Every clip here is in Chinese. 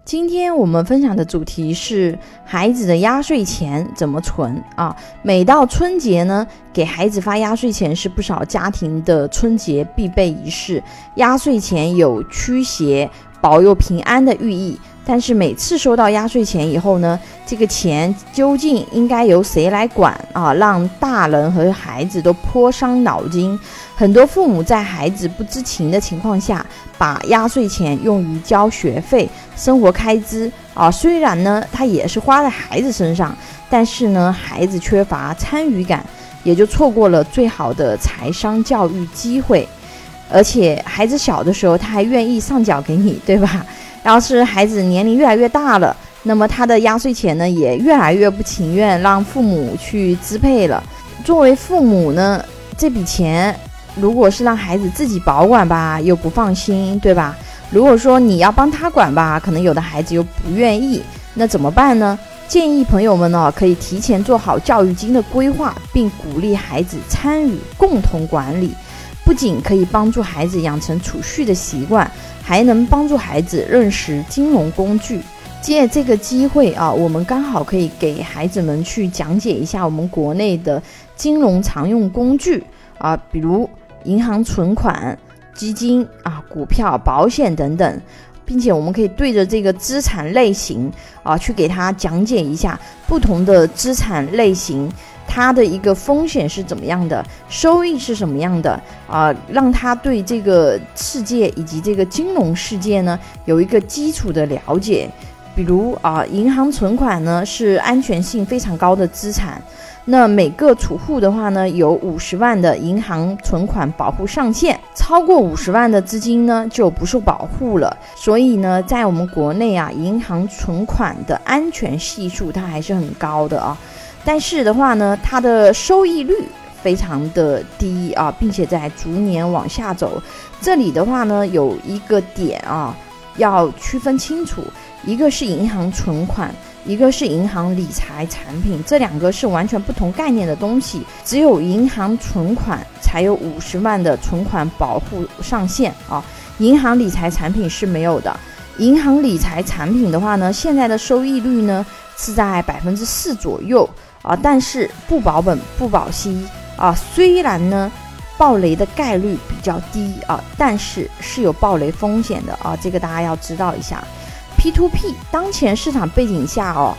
今天我们分享的主题是孩子的压岁钱怎么存啊？每到春节呢，给孩子发压岁钱是不少家庭的春节必备仪式。压岁钱有驱邪、保佑平安的寓意，但是每次收到压岁钱以后呢，这个钱究竟应该由谁来管啊？让大人和孩子都颇伤脑筋。很多父母在孩子不知情的情况下，把压岁钱用于交学费、生活开支啊。虽然呢，它也是花在孩子身上，但是呢，孩子缺乏参与感，也就错过了最好的财商教育机会。而且孩子小的时候，他还愿意上缴给你，对吧？要是孩子年龄越来越大了，那么他的压岁钱呢，也越来越不情愿让父母去支配了。作为父母呢，这笔钱如果是让孩子自己保管吧，又不放心，对吧？如果说你要帮他管吧，可能有的孩子又不愿意，那怎么办呢？建议朋友们呢，可以提前做好教育金的规划，并鼓励孩子参与共同管理。不仅可以帮助孩子养成储蓄的习惯，还能帮助孩子认识金融工具。借这个机会啊，我们刚好可以给孩子们去讲解一下我们国内的金融常用工具啊，比如银行存款、基金啊、股票、保险等等，并且我们可以对着这个资产类型啊，去给他讲解一下不同的资产类型，它的一个风险是怎么样的，收益是什么样的啊，让他对这个世界以及这个金融世界呢有一个基础的了解。比如啊，银行存款呢是安全性非常高的资产，那每个储户的话呢，有50万的银行存款保护上限，超过50万的资金呢就不受保护了。所以呢，在我们国内啊，银行存款的安全系数它还是很高的啊。但是的话呢，它的收益率非常的低啊，并且在逐年往下走。这里的话呢，有一个点啊，要区分清楚，一个是银行存款，一个是银行理财产品，这两个是完全不同概念的东西。只有银行存款才有50万的存款保护上限啊，银行理财产品是没有的。银行理财产品的话呢，现在的收益率呢是在4%左右啊，但是不保本不保息啊。虽然呢暴雷的概率比较低啊，但是是有暴雷风险的啊，这个大家要知道一下。P2P 当前市场背景下哦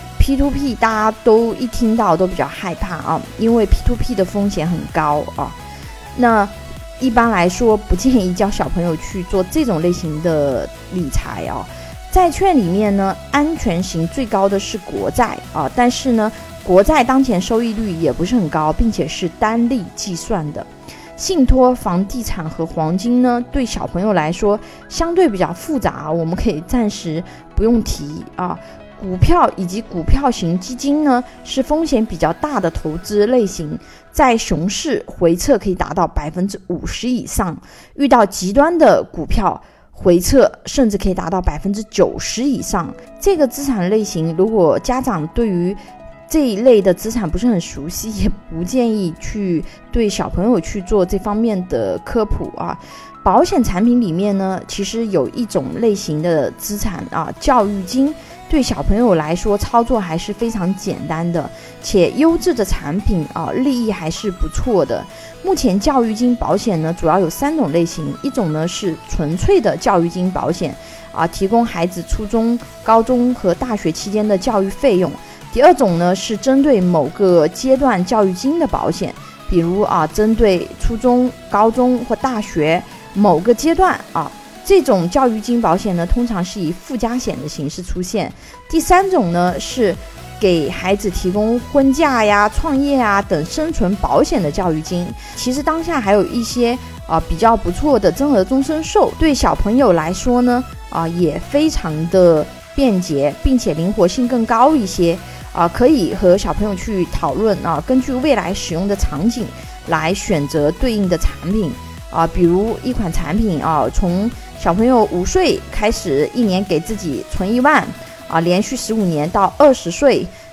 ，P2P 大家都一听到都比较害怕啊，因为 P2P 的风险很高啊。那一般来说不建议教小朋友去做这种类型的理财啊。债券里面呢，安全型最高的是国债啊，但是呢，国债当前收益率也不是很高，并且是单利计算的。信托、房地产和黄金呢，对小朋友来说相对比较复杂，我们可以暂时不用提啊。股票以及股票型基金呢，是风险比较大的投资类型，在熊市回撤可以达到50%以上，遇到极端的股票回撤甚至可以达到90%以上。这个资产类型，如果家长对于这一类的资产不是很熟悉，也不建议去对小朋友去做这方面的科普啊。保险产品里面呢，其实有一种类型的资产啊，教育金，对小朋友来说操作还是非常简单的，且优质的产品啊，利益还是不错的。目前教育金保险呢，主要有3种类型，一种呢是纯粹的教育金保险啊，提供孩子初中、高中和大学期间的教育费用。第二种呢是针对某个阶段教育金的保险，比如啊，针对初中、高中或大学某个阶段啊，这种教育金保险呢，通常是以附加险的形式出现。第3种呢是给孩子提供婚嫁呀、创业啊等生存保险的教育金。其实当下还有一些比较不错的增额终身寿，对小朋友来说呢也非常的便捷，并且灵活性更高一些。可以和小朋友去讨论根据未来使用的场景来选择对应的产品比如一款产品从小朋友5岁开始，1年给自己存1万连续15年到20岁，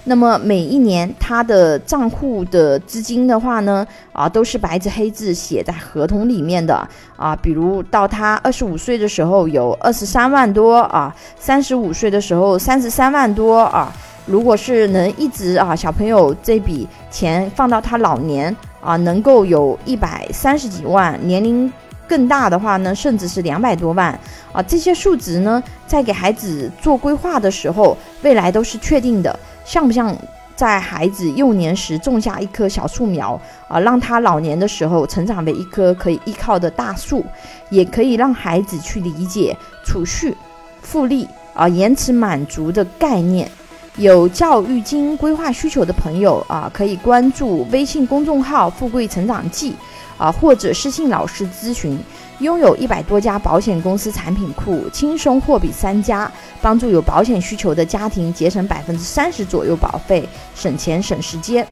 那么每一年他的账户的资金的话呢，都是白纸黑字写在合同里面的比如到他25岁的时候有23万多35岁的时候33万多如果是能一直小朋友这笔钱放到他老年能够有130几万，年龄更大的话呢，甚至是200多万这些数值呢，在给孩子做规划的时候，未来都是确定的。像不像在孩子幼年时种下一棵小树苗让他老年的时候成长为一棵可以依靠的大树，也可以让孩子去理解储蓄、复利延迟满足的概念。有教育金规划需求的朋友可以关注微信公众号富贵成长记或者私信老师咨询。拥有100多家保险公司产品库，轻松货比3家，帮助有保险需求的家庭节省30%左右保费，省钱省时间。